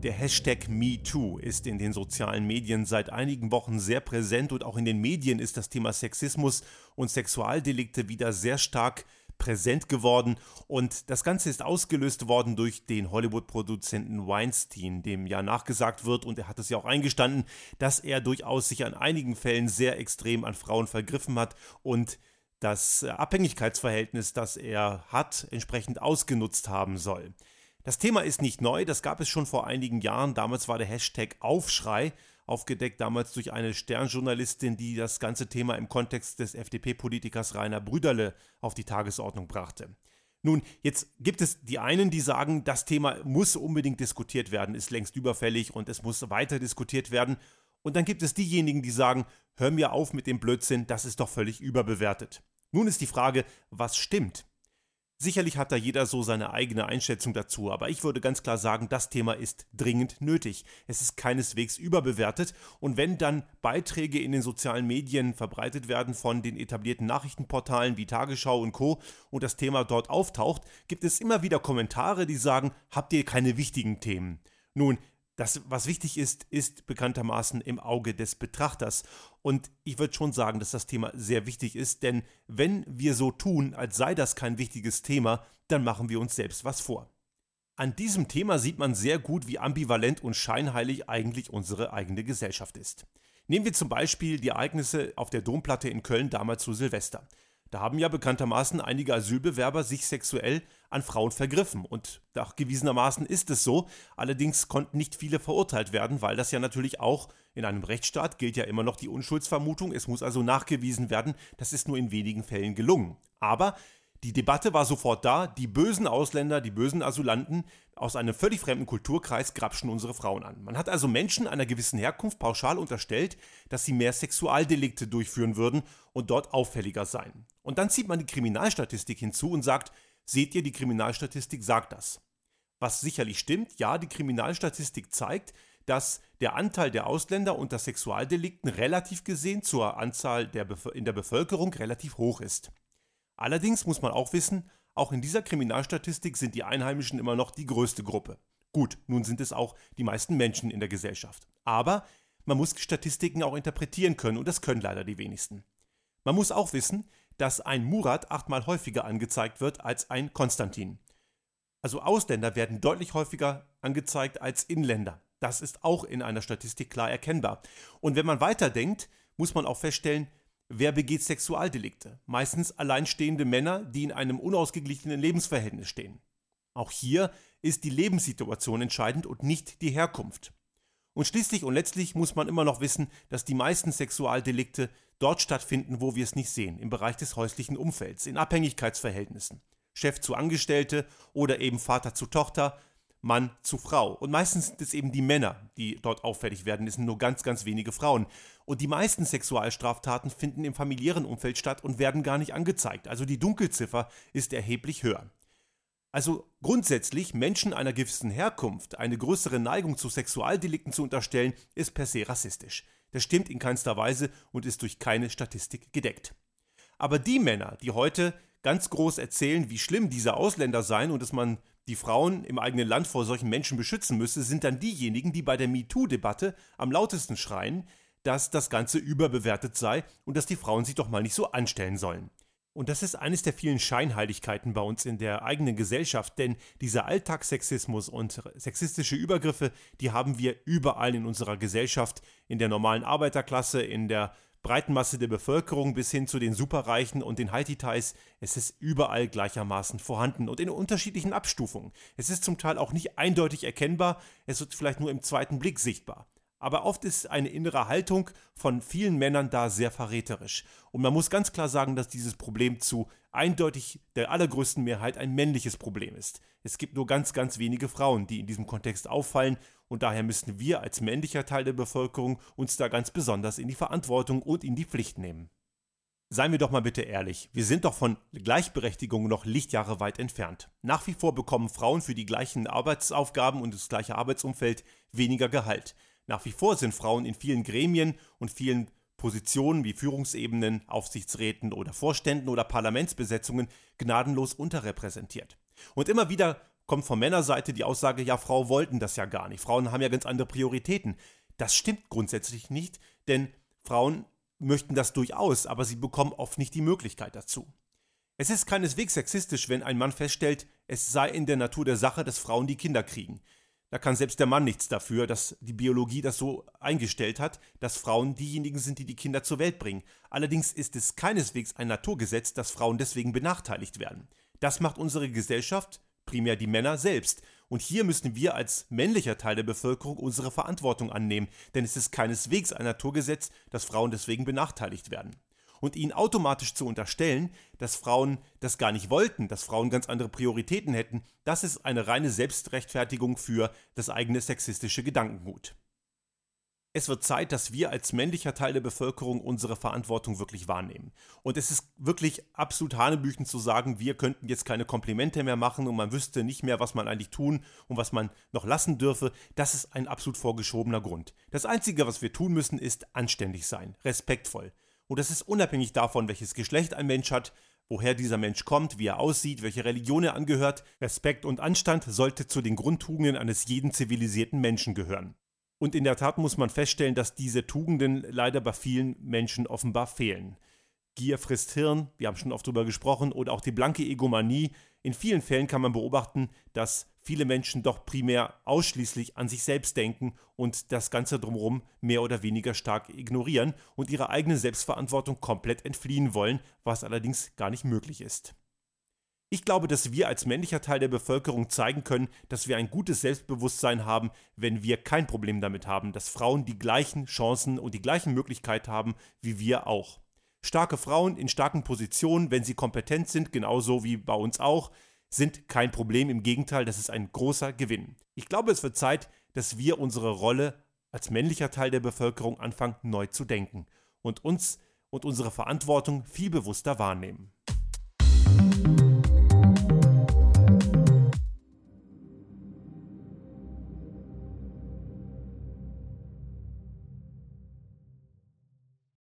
Der Hashtag MeToo ist in den sozialen Medien seit einigen Wochen sehr präsent und auch in den Medien ist das Thema Sexismus und Sexualdelikte wieder sehr stark präsent geworden und das Ganze ist ausgelöst worden durch den Hollywood-Produzenten Weinstein, dem ja nachgesagt wird und er hat es ja auch eingestanden, dass er durchaus sich an einigen Fällen sehr extrem an Frauen vergriffen hat und das Abhängigkeitsverhältnis, das er hat, entsprechend ausgenutzt haben soll. Das Thema ist nicht neu, das gab es schon vor einigen Jahren. Damals war der Hashtag Aufschrei aufgedeckt, damals durch eine Stern-Journalistin, die das ganze Thema im Kontext des FDP-Politikers Rainer Brüderle auf die Tagesordnung brachte. Nun, jetzt gibt es die einen, die sagen, das Thema muss unbedingt diskutiert werden, ist längst überfällig und es muss weiter diskutiert werden. Und dann gibt es diejenigen, die sagen, hör mir auf mit dem Blödsinn, das ist doch völlig überbewertet. Nun ist die Frage, was stimmt? Sicherlich hat da jeder so seine eigene Einschätzung dazu, aber ich würde ganz klar sagen, das Thema ist dringend nötig. Es ist keineswegs überbewertet und wenn dann Beiträge in den sozialen Medien verbreitet werden von den etablierten Nachrichtenportalen wie Tagesschau und Co. und das Thema dort auftaucht, gibt es immer wieder Kommentare, die sagen, habt ihr keine wichtigen Themen? Nun, das, was wichtig ist, ist bekanntermaßen im Auge des Betrachters. Und ich würde schon sagen, dass das Thema sehr wichtig ist, denn wenn wir so tun, als sei das kein wichtiges Thema, dann machen wir uns selbst was vor. An diesem Thema sieht man sehr gut, wie ambivalent und scheinheilig eigentlich unsere eigene Gesellschaft ist. Nehmen wir zum Beispiel die Ereignisse auf der Domplatte in Köln damals zu Silvester. Da haben ja bekanntermaßen einige Asylbewerber sich sexuell an Frauen vergriffen und nachgewiesenermaßen ist es so. Allerdings konnten nicht viele verurteilt werden, weil das ja natürlich auch in einem Rechtsstaat gilt ja immer noch die Unschuldsvermutung. Es muss also nachgewiesen werden, das ist nur in wenigen Fällen gelungen. Aber die Debatte war sofort da, die bösen Ausländer, die bösen Asylanten aus einem völlig fremden Kulturkreis grapschen unsere Frauen an. Man hat also Menschen einer gewissen Herkunft pauschal unterstellt, dass sie mehr Sexualdelikte durchführen würden und dort auffälliger seien. Und dann zieht man die Kriminalstatistik hinzu und sagt, seht ihr, die Kriminalstatistik sagt das. Was sicherlich stimmt, ja, die Kriminalstatistik zeigt, dass der Anteil der Ausländer unter Sexualdelikten relativ gesehen zur Anzahl in der Bevölkerung relativ hoch ist. Allerdings muss man auch wissen, auch in dieser Kriminalstatistik sind die Einheimischen immer noch die größte Gruppe. Gut, nun sind es auch die meisten Menschen in der Gesellschaft. Aber man muss Statistiken auch interpretieren können und das können leider die wenigsten. Man muss auch wissen, dass ein Murat 8-mal häufiger angezeigt wird als ein Konstantin. Also Ausländer werden deutlich häufiger angezeigt als Inländer. Das ist auch in einer Statistik klar erkennbar. Und wenn man weiterdenkt, muss man auch feststellen, wer begeht Sexualdelikte? Meistens alleinstehende Männer, die in einem unausgeglichenen Lebensverhältnis stehen. Auch hier ist die Lebenssituation entscheidend und nicht die Herkunft. Und schließlich und letztlich muss man immer noch wissen, dass die meisten Sexualdelikte dort stattfinden, wo wir es nicht sehen, im Bereich des häuslichen Umfelds, in Abhängigkeitsverhältnissen. Chef zu Angestellte oder eben Vater zu Tochter, Mann zu Frau. Und meistens sind es eben die Männer, die dort auffällig werden. Es sind nur ganz, ganz wenige Frauen. Und die meisten Sexualstraftaten finden im familiären Umfeld statt und werden gar nicht angezeigt. Also die Dunkelziffer ist erheblich höher. Also grundsätzlich Menschen einer gewissen Herkunft eine größere Neigung zu Sexualdelikten zu unterstellen, ist per se rassistisch. Das stimmt in keinster Weise und ist durch keine Statistik gedeckt. Aber die Männer, die heute ganz groß erzählen, wie schlimm diese Ausländer seien und dass man die Frauen im eigenen Land vor solchen Menschen beschützen müsse, sind dann diejenigen, die bei der MeToo-Debatte am lautesten schreien, dass das Ganze überbewertet sei und dass die Frauen sich doch mal nicht so anstellen sollen. Und das ist eines der vielen Scheinheiligkeiten bei uns in der eigenen Gesellschaft, denn dieser Alltagssexismus und sexistische Übergriffe, die haben wir überall in unserer Gesellschaft, in der normalen Arbeiterklasse, in der breiten Masse der Bevölkerung bis hin zu den Superreichen und den High-Titais. Es ist überall gleichermaßen vorhanden und in unterschiedlichen Abstufungen. Es ist zum Teil auch nicht eindeutig erkennbar, es wird vielleicht nur im zweiten Blick sichtbar. Aber oft ist eine innere Haltung von vielen Männern da sehr verräterisch. Und man muss ganz klar sagen, dass dieses Problem zu eindeutig der allergrößten Mehrheit ein männliches Problem ist. Es gibt nur ganz, ganz wenige Frauen, die in diesem Kontext auffallen. Und daher müssen wir als männlicher Teil der Bevölkerung uns da ganz besonders in die Verantwortung und in die Pflicht nehmen. Seien wir doch mal bitte ehrlich, wir sind doch von Gleichberechtigung noch Lichtjahre weit entfernt. Nach wie vor bekommen Frauen für die gleichen Arbeitsaufgaben und das gleiche Arbeitsumfeld weniger Gehalt. Nach wie vor sind Frauen in vielen Gremien und vielen Positionen wie Führungsebenen, Aufsichtsräten oder Vorständen oder Parlamentsbesetzungen gnadenlos unterrepräsentiert. Und immer wieder kommt von Männerseite die Aussage, ja, Frauen wollten das ja gar nicht. Frauen haben ja ganz andere Prioritäten. Das stimmt grundsätzlich nicht, denn Frauen möchten das durchaus, aber sie bekommen oft nicht die Möglichkeit dazu. Es ist keineswegs sexistisch, wenn ein Mann feststellt, es sei in der Natur der Sache, dass Frauen die Kinder kriegen. Da kann selbst der Mann nichts dafür, dass die Biologie das so eingestellt hat, dass Frauen diejenigen sind, die die Kinder zur Welt bringen. Allerdings ist es keineswegs ein Naturgesetz, dass Frauen deswegen benachteiligt werden. Das macht unsere Gesellschaft, primär die Männer, selbst. Und hier müssen wir als männlicher Teil der Bevölkerung unsere Verantwortung annehmen, denn es ist keineswegs ein Naturgesetz, dass Frauen deswegen benachteiligt werden. Und ihnen automatisch zu unterstellen, dass Frauen das gar nicht wollten, dass Frauen ganz andere Prioritäten hätten, das ist eine reine Selbstrechtfertigung für das eigene sexistische Gedankengut. Es wird Zeit, dass wir als männlicher Teil der Bevölkerung unsere Verantwortung wirklich wahrnehmen. Und es ist wirklich absolut hanebüchen zu sagen, wir könnten jetzt keine Komplimente mehr machen und man wüsste nicht mehr, was man eigentlich tun und was man noch lassen dürfe. Das ist ein absolut vorgeschobener Grund. Das Einzige, was wir tun müssen, ist anständig sein, respektvoll. Und das ist unabhängig davon, welches Geschlecht ein Mensch hat, woher dieser Mensch kommt, wie er aussieht, welche Religion er angehört. Respekt und Anstand sollte zu den Grundtugenden eines jeden zivilisierten Menschen gehören. Und in der Tat muss man feststellen, dass diese Tugenden leider bei vielen Menschen offenbar fehlen. Gier frisst Hirn, wir haben schon oft darüber gesprochen, oder auch die blanke Egomanie. In vielen Fällen kann man beobachten, dass viele Menschen doch primär ausschließlich an sich selbst denken und das Ganze drumherum mehr oder weniger stark ignorieren und ihrer eigenen Selbstverantwortung komplett entfliehen wollen, was allerdings gar nicht möglich ist. Ich glaube, dass wir als männlicher Teil der Bevölkerung zeigen können, dass wir ein gutes Selbstbewusstsein haben, wenn wir kein Problem damit haben, dass Frauen die gleichen Chancen und die gleichen Möglichkeiten haben wie wir auch. Starke Frauen in starken Positionen, wenn sie kompetent sind, genauso wie bei uns auch, sind kein Problem. Im Gegenteil, das ist ein großer Gewinn. Ich glaube, es wird Zeit, dass wir unsere Rolle als männlicher Teil der Bevölkerung anfangen, neu zu denken und uns und unsere Verantwortung viel bewusster wahrnehmen.